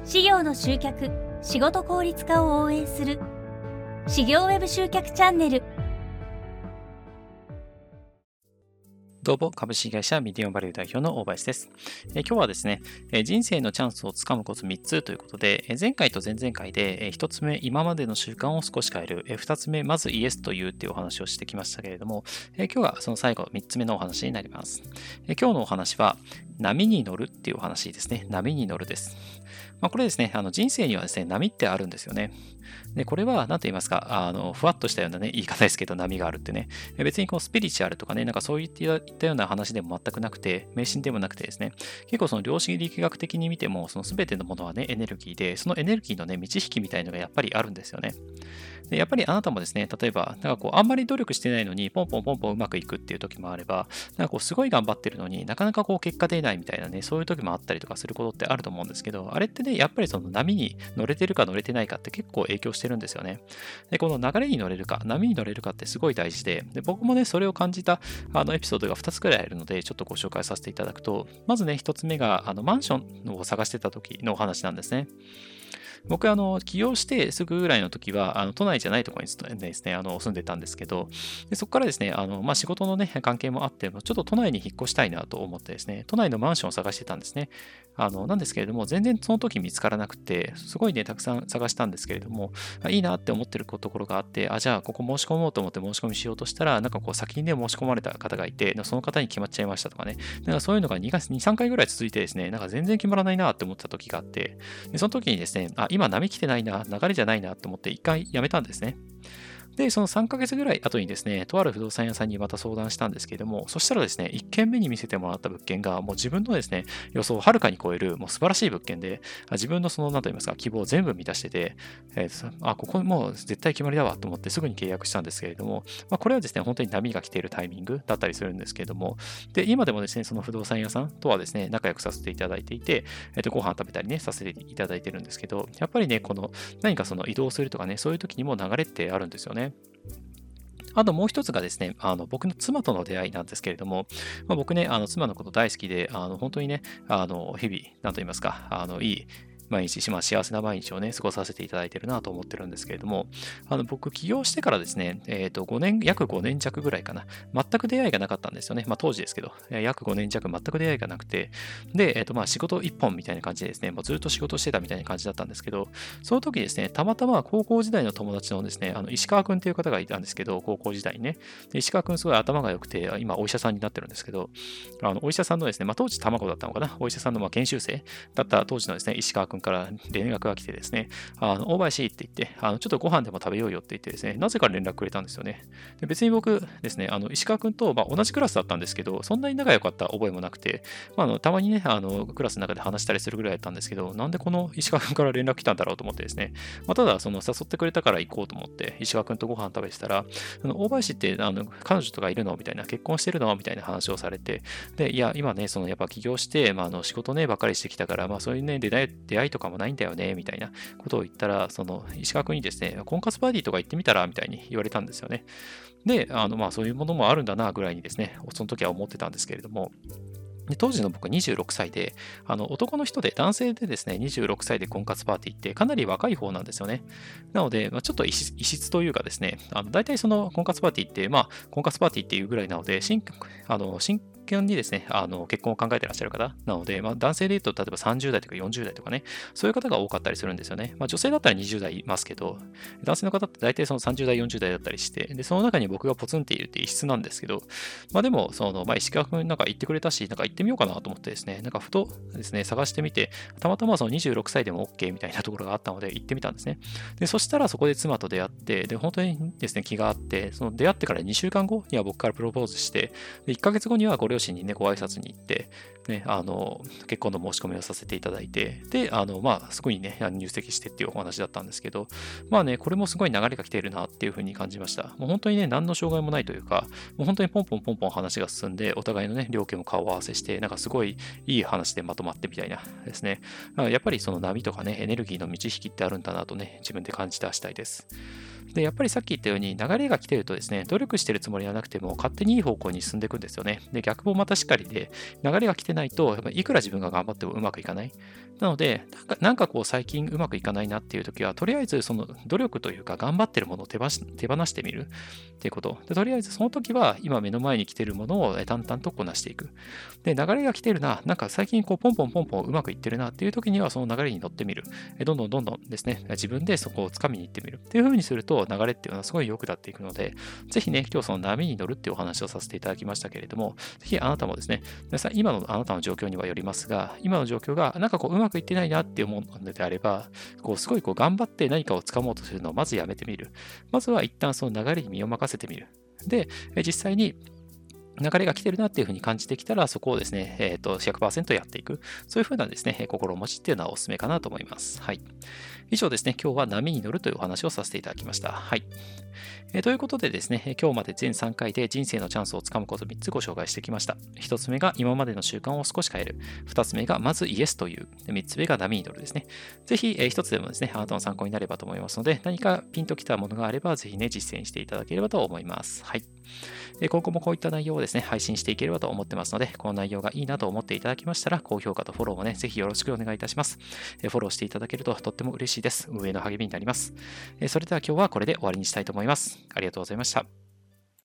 事業の集客・仕事効率化を応援する事業ウェブ集客チャンネル。 どうも、株式会社ミディオンバリュー代表の大林です。今日はですね、人生のチャンスをつかむコツ3つということで、前回と前々回で1つ目、今までの習慣を少し変える、2つ目、まずイエスと言うっていうお話をしてきましたけれども、今日はその最後3つ目のお話になります。今日のお話は、波に乗るっていうお話ですね。波に乗るです。これですね、人生にはですね、波ってあるんですよね。で、これは何と言いますか、ふわっとしたようなね、言い方ですけど、波があるってね、別にこうスピリチュアルとかね、なんかそういったような話でも全くなくて、迷信でもなくてですね、結構その量子力学的に見ても、その全てのものはね、エネルギーで、そのエネルギーのね、満ち引きみたいのがやっぱりあるんですよね。で、やっぱりあなたもですね、例えば、なんかこう、あんまり努力してないのに、ポンポンポンポンうまくいくっていう時もあれば、なんかこう、すごい頑張ってるのになかなかこう、結果出ないみたいなね、そういう時もあったりとかすることってあると思うんですけど、あれってね、やっぱりその波に乗れてるか乗れてないかって結構影響してるんですよね。で、この流れに乗れるか、波に乗れるかってすごい大事で、僕もね、それを感じたエピソードが2つくらいあるので、ちょっとご紹介させていただくと、まずね、1つ目が、マンションを探してた時のお話なんですね。僕起業してすぐぐらいの時は、都内じゃないところにですね、住んでたんですけど、でそこからですね、仕事のね、関係もあって、ちょっと都内に引っ越したいなと思ってですね、都内のマンションを探してたんですね。なんですけれども、全然その時見つからなくて、すごいね、たくさん探したんですけれども、いいなって思ってるところがあって、じゃあ、ここ申し込もうと思って申し込みしようとしたら、なんかこう、先にね、申し込まれた方がいて、その方に決まっちゃいましたとかね、なんかそういうのが2、3回ぐらい続いてですね、なんか全然決まらないなって思った時があって、でその時にですね、今波来てないな、流れじゃないなって思って一回やめたんですね。で、その3ヶ月ぐらい後にですね、とある不動産屋さんにまた相談したんですけれども、そしたらですね、1軒目に見せてもらった物件が、もう自分のですね、予想をはるかに超える、もう素晴らしい物件で、自分のその、なんと言いますか、希望を全部満たしてて、ここもう絶対決まりだわと思ってすぐに契約したんですけれども、これはですね、本当に波が来ているタイミングだったりするんですけれども、で、今でもですね、その不動産屋さんとはですね、仲良くさせていただいていて、ご飯食べたりね、させていただいてるんですけど、やっぱりね、この何かその移動するとかね、そういう時にも流れってあるんですよね。あともう一つがですね、僕の妻との出会いなんですけれども、僕ね、妻のこと大好きで、本当にね、日々、なんと言いますか、いい毎日、幸せな毎日をね、過ごさせていただいているなと思ってるんですけれども、僕、起業してからですね、約5年弱ぐらいかな、全く出会いがなかったんですよね。当時ですけど、約5年弱全く出会いがなくて、で、仕事一本みたいな感じでですね、もうずっと仕事してたみたいな感じだったんですけど、その時ですね、たまたま高校時代の友達のですね、石川くんっていう方がいたんですけど、高校時代にね、で石川くんすごい頭が良くて、今お医者さんになってるんですけど、お医者さんのですね、当時卵だったのかな、お医者さんの研修生だった当時のですね、石川くんから連絡が来てですね、大林って言って、ちょっとご飯でも食べようよって言ってですね、なぜか連絡くれたんですよね。で別に僕ですね、石川くんと、同じクラスだったんですけど、そんなに仲良かった覚えもなくて、たまにね、クラスの中で話したりするぐらいだったんですけど、なんでこの石川くんから連絡来たんだろうと思ってですね、ただ、誘ってくれたから行こうと思って、石川くんとご飯食べてたら、大林って彼女とかいるのみたいな、結婚してるのみたいな話をされて、で、いや、今ね、やっぱ起業して、仕事ね、ばっかりしてきたから、そういうね、出会いとかもないんだよね、みたいなことを言ったら、石川くんにですね、婚活パーティーとか行ってみたらみたいに言われたんですよね。で、そういうものもあるんだな、ぐらいにですね、その時は思ってたんですけれども、で当時の僕26歳で、男の人で、男性でですね、26歳で婚活パーティーってかなり若い方なんですよね。なので、ちょっと異質というかですね、大体その婚活パーティーって、婚活パーティーっていうぐらいなので、真剣にですね、結婚を考えてらっしゃる方なので、男性で言うと、例えば30代とか40代とかね、そういう方が多かったりするんですよね。女性だったら20代いますけど、男性の方って大体その30代、40代だったりして、で、その中に僕がポツンっているって異質なんですけど、でも、石川くんなんか言ってくれたし、なんか行ってみようかなと思ってですね、なんかふとですね、探してみて、たまたまその26歳でも OK みたいなところがあったので行ってみたんですね。で、そしたらそこで妻と出会って、で、本当にですね、気があって、その出会ってから2週間後には僕からプロポーズして、で、1ヶ月後にはご両親にね、ご挨拶に行って、ね、結婚の申し込みをさせていただいて、で、すぐにね、入籍してっていうお話だったんですけど、これもすごい流れが来ているなっていうふうに感じました。もう本当にね、何の障害もないというか、もう本当にポンポンポンポン話が進んで、お互いのね、両家も顔を合わせして、なんかすごいいい話でまとまってみたいなですね。やっぱりその波とかね、エネルギーの満ち引きってあるんだなとね、自分で感じた次第です。で、やっぱりさっき言ったように流れが来てるとですね、努力してるつもりはなくても勝手にいい方向に進んでいくんですよね。で、逆もまたしっかりで、流れが来てないと、やっぱいくら自分が頑張ってもうまくいかない。 なので、なんかこう最近うまくいかないなっていう時は、とりあえずその努力というか頑張ってるものを手放してみるっていうこと。でとりあえずその時は今目の前に来てるものを淡々とこなしていく。で、流れが来てるな、なんか最近こうポンポンポンポンうまくいってるなっていう時にはその流れに乗ってみる。どんどんどんどんですね、自分でそこを掴みに行ってみるっていう風にすると流れっていうのはすごい良くなっていくので、ぜひね、今日その波に乗るっていうお話をさせていただきましたけれども、ぜひあなたもですね、皆さん今のあなたの状況にはよりますが、今の状況がなんかこううまくいってないなって思うのであれば、こうすごいこう頑張って何かを掴もうとするのをまずやめてみる。まずは一旦その流れに身を任せてみる。で、実際に流れが来てるなっていうふうに感じてきたら、そこをですね、100% やっていく。そういうふうなですね、心持ちっていうのはお勧めかなと思います。はい。以上ですね、今日は波に乗るというお話をさせていただきました。はい。ということでですね、今日まで全3回で人生のチャンスをつかむこと3つご紹介してきました。1つ目が今までの習慣を少し変える。2つ目がまずイエスという。3つ目が波に乗るですね。ぜひ、1つでもですね、あなたの参考になればと思いますので、何かピンときたものがあれば、ぜひね、実践していただければと思います。はい。今後もこういった内容をですね、配信していければと思ってますので、この内容がいいなと思っていただきましたら、高評価とフォローもね、ぜひよろしくお願いいたします。フォローしていただけるととっても嬉しいです。運営の励みになります。それでは今日はこれで終わりにしたいと思います。ありがとうございました。